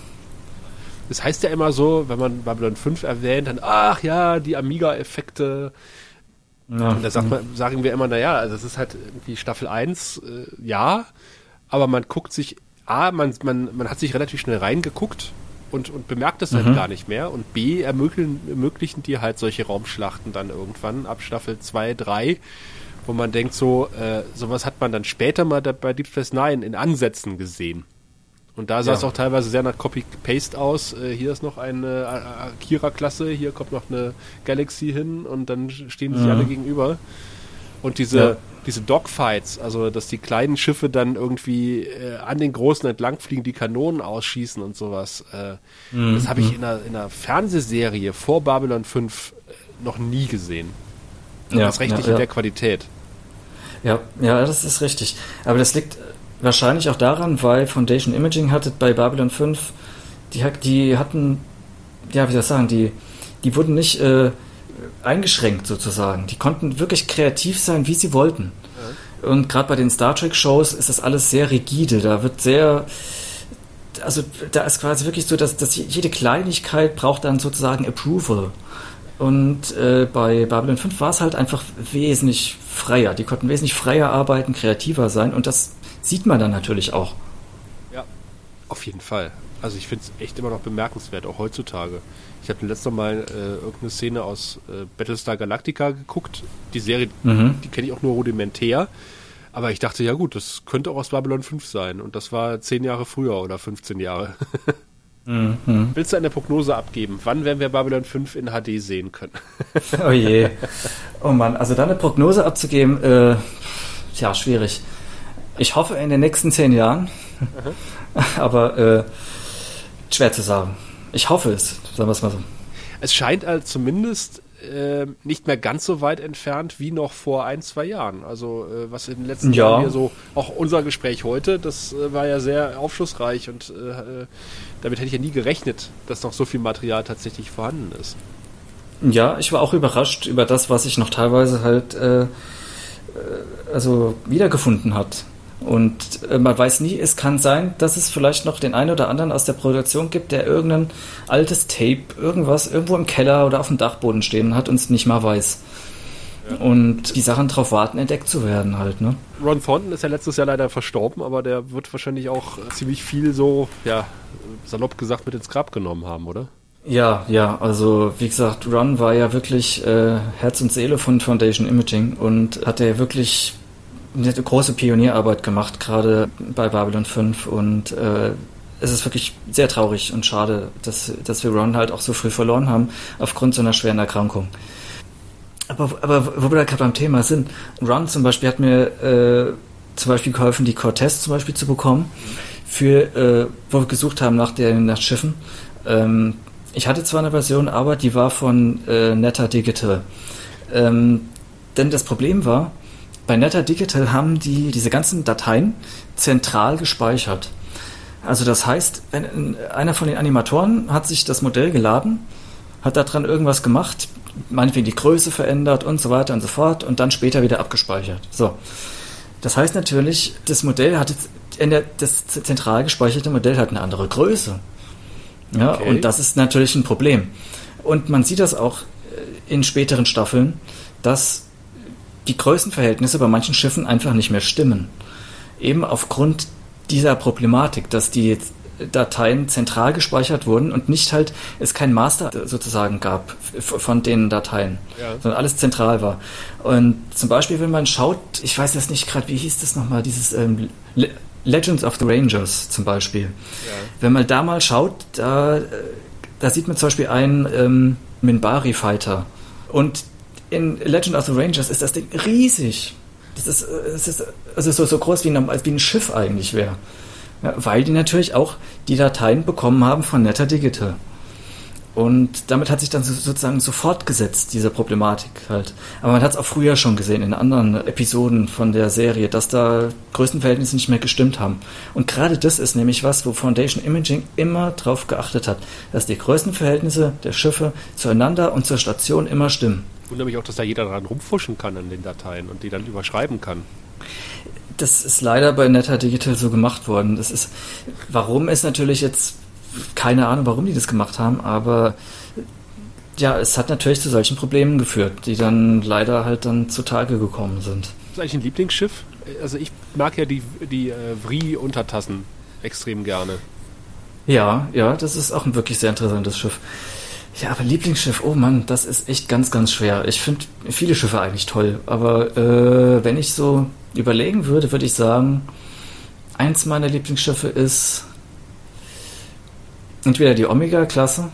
Das heißt ja immer so, wenn man Babylon fünf erwähnt, dann, ach ja, die Amiga-Effekte. Ja. Und da sagt man, sagen wir immer, naja, also das ist halt irgendwie Staffel eins, äh, ja, aber man guckt sich, A, man, man, man hat sich relativ schnell reingeguckt und, und bemerkt das mhm. halt gar nicht mehr und B, ermöglichen, ermöglichen die halt solche Raumschlachten dann irgendwann ab Staffel zwei, drei, wo man denkt so, äh, sowas hat man dann später mal da bei Deep Space Nine in Ansätzen gesehen. Und da sah es ja. auch teilweise sehr nach Copy-Paste aus. Äh, hier ist noch eine Akira-Klasse, hier kommt noch eine Galaxy hin und dann stehen sich mhm. alle gegenüber. Und diese, ja. diese Dogfights, also dass die kleinen Schiffe dann irgendwie äh, an den großen entlangfliegen, die Kanonen ausschießen und sowas, äh, mhm. das habe ich in einer, in einer Fernsehserie vor Babylon fünf äh, noch nie gesehen. Ja, das recht nicht ja, in der Qualität. Ja, ja, das ist richtig. Aber das liegt wahrscheinlich auch daran, weil Foundation Imaging hatte bei Babylon fünf, die, die hatten, ja, wie soll ich sagen, die, die wurden nicht äh, eingeschränkt sozusagen. Die konnten wirklich kreativ sein, wie sie wollten. Ja. Und gerade bei den Star Trek Shows ist das alles sehr rigide. Da wird sehr, also da ist quasi wirklich so, dass, dass jede Kleinigkeit braucht dann sozusagen Approval. Und äh, bei Babylon fünf war es halt einfach wesentlich freier. Die konnten wesentlich freier arbeiten, kreativer sein und das sieht man dann natürlich auch. Ja, auf jeden Fall. Also ich finde es echt immer noch bemerkenswert, auch heutzutage. Ich habe letztes Mal äh, irgendeine Szene aus äh, Battlestar Galactica geguckt. Die Serie, mhm. die kenne ich auch nur rudimentär. Aber ich dachte, ja gut, das könnte auch aus Babylon fünf sein. Und das war zehn Jahre früher oder fünfzehn Jahre. Mhm. Willst du eine Prognose abgeben? Wann werden wir Babylon fünf in H D sehen können? Oh je. Oh Mann, also da eine Prognose abzugeben, äh, tja, schwierig. Ich hoffe in den nächsten zehn Jahren, aber äh, schwer zu sagen. Ich hoffe es, sagen wir es mal so. Es scheint also zumindest äh, nicht mehr ganz so weit entfernt wie noch vor ein, zwei Jahren. Also äh, was in den letzten ja. Jahren hier so, auch unser Gespräch heute, das äh, war ja sehr aufschlussreich und äh, damit hätte ich ja nie gerechnet, dass noch so viel Material tatsächlich vorhanden ist. Ja, ich war auch überrascht über das, was sich noch teilweise halt äh, also wiedergefunden hat. Und äh, man weiß nie, es kann sein, dass es vielleicht noch den einen oder anderen aus der Produktion gibt, der irgendein altes Tape, irgendwas irgendwo im Keller oder auf dem Dachboden stehen hat und es nicht mal weiß. Ja. Und die Sachen darauf warten, entdeckt zu werden halt, ne? Ron Thornton ist ja letztes Jahr leider verstorben, aber der wird wahrscheinlich auch ziemlich viel so, ja, salopp gesagt mit ins Grab genommen haben, oder? Ja, ja, also wie gesagt, Ron war ja wirklich äh, Herz und Seele von Foundation Imaging und hat ja wirklich eine große Pionierarbeit gemacht, gerade bei Babylon fünf, und äh, es ist wirklich sehr traurig und schade, dass, dass wir Ron halt auch so früh verloren haben, aufgrund so einer schweren Erkrankung. Aber, aber wo wir da gerade beim Thema sind, Ron zum Beispiel hat mir äh, zum Beispiel geholfen, die Cortez zum Beispiel zu bekommen, für, äh, wo wir gesucht haben nach den nach Schiffen. Ähm, ich hatte zwar eine Version, aber die war von äh, Netta Digital. Ähm, denn das Problem war, bei Netta Digital haben die diese ganzen Dateien zentral gespeichert. Also das heißt, wenn einer von den Animatoren hat sich das Modell geladen, hat daran irgendwas gemacht, meinetwegen die Größe verändert und so weiter und so fort und dann später wieder abgespeichert. So. Das heißt natürlich, das Modell hat jetzt, das zentral gespeicherte Modell hat eine andere Größe. Ja, okay. Und das ist natürlich ein Problem. Und man sieht das auch in späteren Staffeln, dass die Größenverhältnisse bei manchen Schiffen einfach nicht mehr stimmen. Eben aufgrund dieser Problematik, dass die Dateien zentral gespeichert wurden und nicht halt, es kein Master sozusagen gab von den Dateien, ja, sondern alles zentral war. Und zum Beispiel, wenn man schaut, ich weiß jetzt nicht gerade, wie hieß das nochmal, dieses ähm, Le- Legends of the Rangers zum Beispiel. Ja. Wenn man da mal schaut, da, da sieht man zum Beispiel einen ähm, Minbari-Fighter. Und in Legend of the Rangers ist das Ding riesig. Das ist, das ist also so, so groß wie ein, wie ein Schiff eigentlich wäre. Ja, weil die natürlich auch die Dateien bekommen haben von Netta Digital. Und damit hat sich dann so, sozusagen so fortgesetzt, diese Problematik halt. Aber man hat es auch früher schon gesehen, in anderen Episoden von der Serie, dass da Größenverhältnisse nicht mehr gestimmt haben. Und gerade das ist nämlich was, wo Foundation Imaging immer drauf geachtet hat, dass die Größenverhältnisse der Schiffe zueinander und zur Station immer stimmen. Wundert mich auch, dass da jeder dran rumfuschen kann an den Dateien und die dann überschreiben kann. Das ist leider bei Netta Digital so gemacht worden. Das ist, warum ist natürlich jetzt keine Ahnung, warum die das gemacht haben, aber ja, es hat natürlich zu solchen Problemen geführt, die dann leider halt dann zutage gekommen sind. Ist eigentlich ein Lieblingsschiff? Also ich mag ja die, die äh, Vri-Untertassen extrem gerne. Ja, ja, das ist auch ein wirklich sehr interessantes Schiff. Ja, aber Lieblingsschiff, oh Mann, das ist echt ganz, ganz schwer. Ich finde viele Schiffe eigentlich toll, aber äh, wenn ich so überlegen würde, würde ich sagen, eins meiner Lieblingsschiffe ist entweder die Omega-Klasse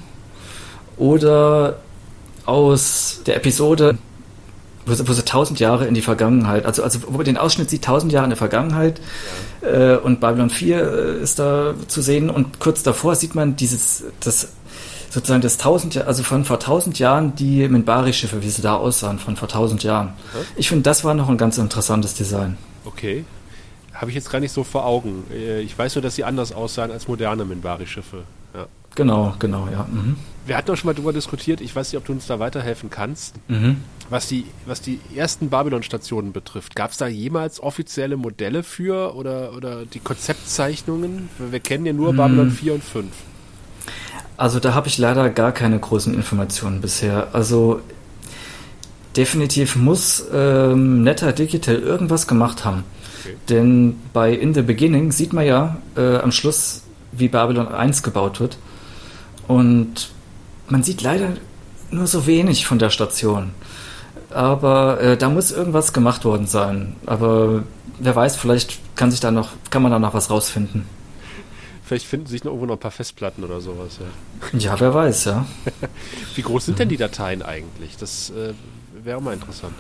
oder aus der Episode, wo sie, wo sie tausend Jahre in die Vergangenheit, also, also wo man den Ausschnitt sieht, tausend Jahre in der Vergangenheit, ja. äh, und Babylon vier äh, ist da zu sehen und kurz davor sieht man dieses, das sozusagen das tausend, also von vor tausend Jahren die Minbari-Schiffe, wie sie da aussahen, von vor tausend Jahren. Okay. Ich finde, das war noch ein ganz interessantes Design. Okay. Habe ich jetzt gar nicht so vor Augen. Ich weiß nur, dass sie anders aussahen als moderne Minbari-Schiffe. Ja. Genau, genau, ja. Mhm. Wir hatten auch schon mal darüber diskutiert, ich weiß nicht, ob du uns da weiterhelfen kannst, mhm. was die, was die ersten Babylon-Stationen betrifft. Gab es da jemals offizielle Modelle für oder, oder die Konzeptzeichnungen? Wir kennen ja nur mhm. Babylon vier und fünf. Also da habe ich leider gar keine großen Informationen bisher. Also definitiv muss ähm, Netta Digital irgendwas gemacht haben. Okay. Denn bei In the Beginning sieht man ja äh, am Schluss, wie Babylon eins gebaut wird. Und man sieht leider nur so wenig von der Station. Aber äh, da muss irgendwas gemacht worden sein. Aber wer weiß, vielleicht kann sich da noch, kann man da noch was rausfinden. Vielleicht finden sich noch irgendwo noch ein paar Festplatten oder sowas. Ja, ja, wer weiß, ja. Wie groß sind denn die Dateien eigentlich? Das äh, wäre auch mal interessant.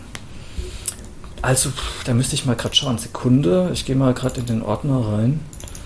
Also, da müsste ich mal gerade schauen. Sekunde, ich gehe mal gerade in den Ordner rein.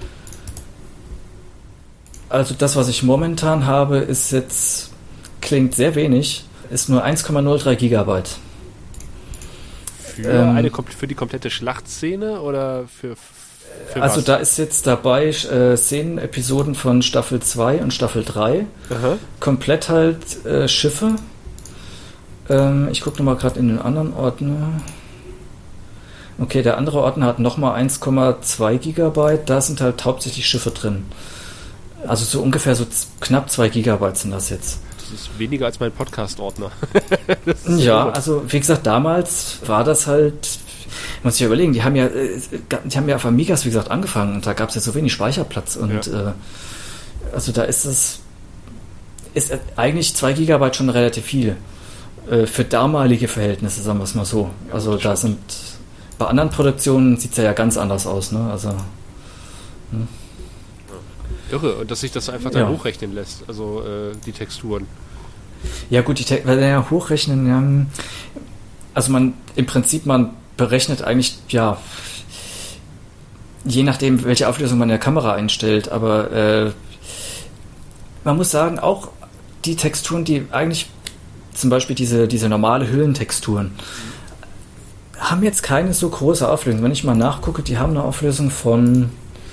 Also das, was ich momentan habe, ist jetzt, klingt sehr wenig, ist nur eins Komma null drei Gigabyte. Für, ähm, eine, für die komplette Schlachtszene oder für... Für also was? Da ist jetzt dabei äh, Szenen-Episoden von Staffel zwei und Staffel drei. Aha. Komplett halt äh, Schiffe. Ähm, ich gucke nochmal gerade in den anderen Ordner. Okay, der andere Ordner hat nochmal eins Komma zwei Gigabyte, da sind halt hauptsächlich Schiffe drin. Also so ungefähr so z- knapp zwei Gigabyte sind das jetzt. Das ist weniger als mein Podcast-Ordner. Ja, also wie gesagt, damals war das halt, muss ich ja überlegen, die haben ja, die haben ja auf Amigas, wie gesagt, angefangen und da gab es ja so wenig Speicherplatz und ja. äh, also da ist es, ist eigentlich zwei Gigabyte schon relativ viel äh, für damalige Verhältnisse, sagen wir es mal so. Ja, also da sind, bei anderen Produktionen sieht es ja ganz anders aus, ne? Also hm. Irre, und dass sich das einfach dann ja. hochrechnen lässt, also äh, die Texturen. Ja gut, die Te- weil ja hochrechnen, ja, also man im Prinzip, man berechnet eigentlich, ja, je nachdem, welche Auflösung man in der Kamera einstellt, aber äh, man muss sagen, auch die Texturen, die eigentlich, zum Beispiel diese, diese normale Hüllentexturen, mhm. haben jetzt keine so große Auflösung. Wenn ich mal nachgucke, die haben eine Auflösung von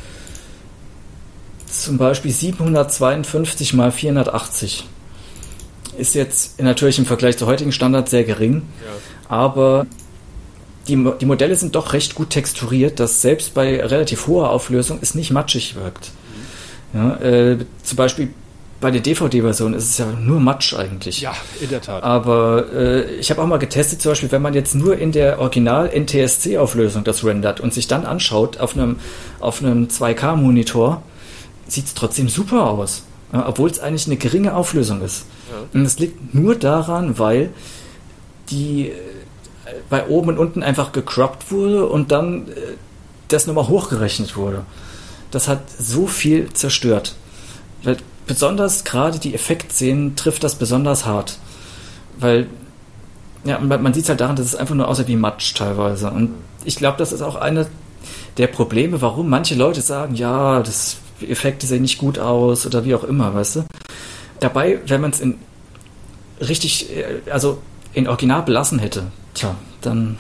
zum Beispiel siebenhundertzweiundfünfzig mal vierhundertachtzig. Ist jetzt natürlich im Vergleich zu heutigen Standards sehr gering, ja. aber die, die Modelle sind doch recht gut texturiert, dass selbst bei relativ hoher Auflösung es nicht matschig wirkt. Mhm. Ja, äh, zum Beispiel bei der D V D-Version ist es ja nur Matsch eigentlich. Ja, in der Tat. Aber äh, ich habe auch mal getestet, zum Beispiel, wenn man jetzt nur in der Original-N T S C-Auflösung das rendert und sich dann anschaut auf einem, auf einem zwei K-Monitor, sieht es trotzdem super aus, ja, obwohl es eigentlich eine geringe Auflösung ist. Ja. Und es liegt nur daran, weil die äh, bei oben und unten einfach gecroppt wurde und dann äh, das nochmal hochgerechnet wurde. Das hat so viel zerstört. Weil besonders gerade die Effektszenen trifft das besonders hart. Weil ja, man, man sieht es halt daran, dass es einfach nur aussieht wie Matsch teilweise. Und ich glaube, das ist auch eine der Probleme, warum manche Leute sagen, ja, das die Effekte sehen nicht gut aus oder wie auch immer, weißt du. Dabei, wenn man es in richtig, also in Original belassen hätte, tja, dann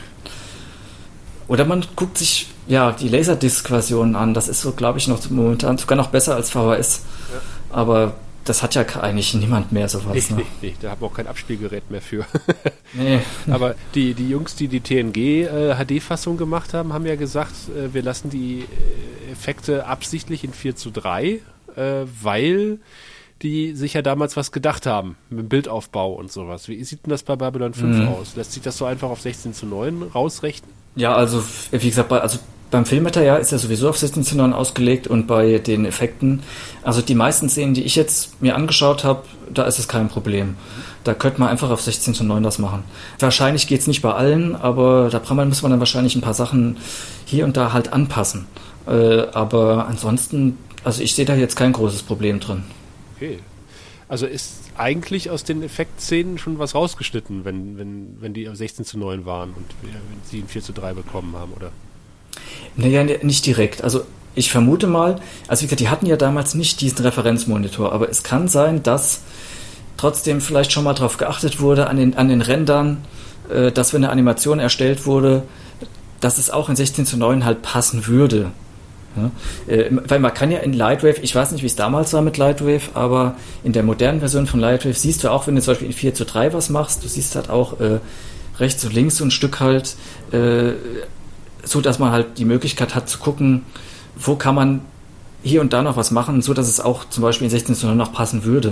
oder man guckt sich ja die Laserdisc-Version an, das ist so, glaube ich, noch momentan sogar noch besser als V H S, ja. Aber das hat ja eigentlich niemand mehr sowas. Nee, ne? nee, nee, da haben wir auch kein Abspielgerät mehr für. Nee. Aber die, die Jungs, die die T N G-H D-Fassung gemacht haben, haben ja gesagt, äh, wir lassen die Effekte absichtlich in vier zu drei, äh, weil die sich ja damals was gedacht haben mit dem Bildaufbau und sowas. Wie sieht denn das bei Babylon fünf mhm. aus? Lässt sich das so einfach auf sechzehn zu neun rausrechnen? Ja, also wie gesagt, bei, also beim Filmmaterial ist ja sowieso auf sechzehn zu neun ausgelegt und bei den Effekten, also die meisten Szenen, die ich jetzt mir angeschaut habe, da ist es kein Problem. Da könnte man einfach auf sechzehn zu neun das machen. Wahrscheinlich geht es nicht bei allen, aber da muss man dann wahrscheinlich ein paar Sachen hier und da halt anpassen. Äh, aber ansonsten, also ich sehe da jetzt kein großes Problem drin. Okay. Also ist eigentlich aus den Effektszenen schon was rausgeschnitten, wenn, wenn, wenn die auf sechzehn zu neun waren und wir, wenn sie ein vier zu drei bekommen haben, oder? Naja, nicht direkt. Also ich vermute mal, also wie gesagt, die hatten ja damals nicht diesen Referenzmonitor, aber es kann sein, dass trotzdem vielleicht schon mal darauf geachtet wurde, an den, an den Rändern, äh, dass wenn eine Animation erstellt wurde, dass es auch in sechzehn zu neun halt passen würde. Ja? Äh, weil man kann ja in Lightwave, ich weiß nicht, wie es damals war mit Lightwave, aber in der modernen Version von Lightwave siehst du auch, wenn du zum Beispiel in vier zu drei was machst, du siehst halt auch äh, rechts und links so ein Stück halt, äh, so dass man halt die Möglichkeit hat zu gucken, wo kann man hier und da noch was machen, so dass es auch zum Beispiel in sechzehn zu neun noch passen würde.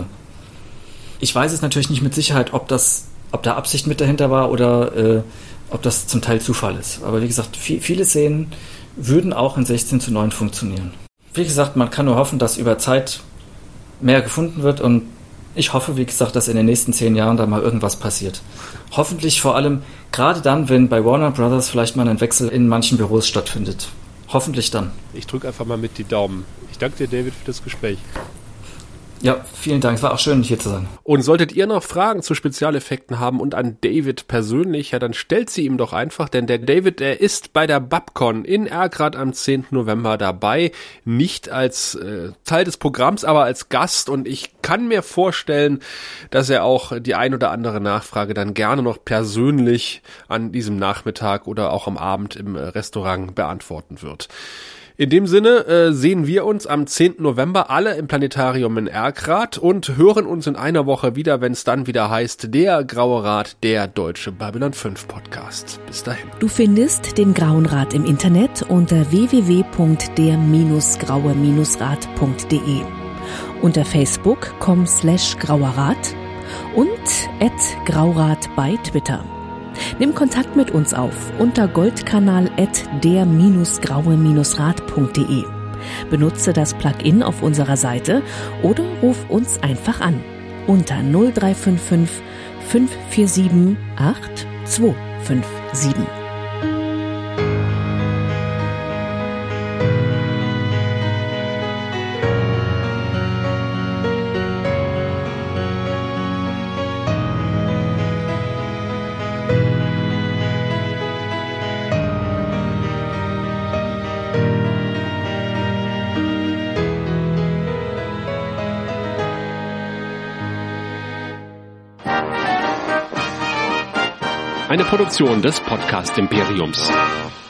Ich weiß es natürlich nicht mit Sicherheit, ob das, ob da Absicht mit dahinter war oder äh, ob das zum Teil Zufall ist. Aber wie gesagt, viel, viele Szenen würden auch in sechzehn zu neun funktionieren. Wie gesagt, man kann nur hoffen, dass über Zeit mehr gefunden wird und ich hoffe, wie gesagt, dass in den nächsten zehn Jahren da mal irgendwas passiert. Hoffentlich vor allem gerade dann, wenn bei Warner Brothers vielleicht mal ein Wechsel in manchen Büros stattfindet. Hoffentlich dann. Ich drücke einfach mal mit die Daumen. Ich danke dir, David, für das Gespräch. Ja, vielen Dank. Es war auch schön, hier zu sein. Und solltet ihr noch Fragen zu Spezialeffekten haben und an David persönlich, ja, dann stellt sie ihm doch einfach, denn der David, der ist bei der Babcon in Erkrath am zehnten November dabei, nicht als äh, Teil des Programms, aber als Gast, und ich kann mir vorstellen, dass er auch die ein oder andere Nachfrage dann gerne noch persönlich an diesem Nachmittag oder auch am Abend im Restaurant beantworten wird. In dem Sinne äh, sehen wir uns am zehnten November alle im Planetarium in Erkrath und hören uns in einer Woche wieder, wenn es dann wieder heißt, der Graue Rat, der deutsche Babylon fünf Podcast. Bis dahin. Du findest den Grauen Rat im Internet unter w w w punkt der graue rat punkt de, unter facebook punkt com slash grauerrat und at graurat bei Twitter. Nimm Kontakt mit uns auf unter goldkanal at der graue rat punkt de. Benutze das Plugin auf unserer Seite oder ruf uns einfach an unter null drei fünf fünf fünf vier sieben acht zwei fünf sieben. Eine Produktion des Podcast Imperiums.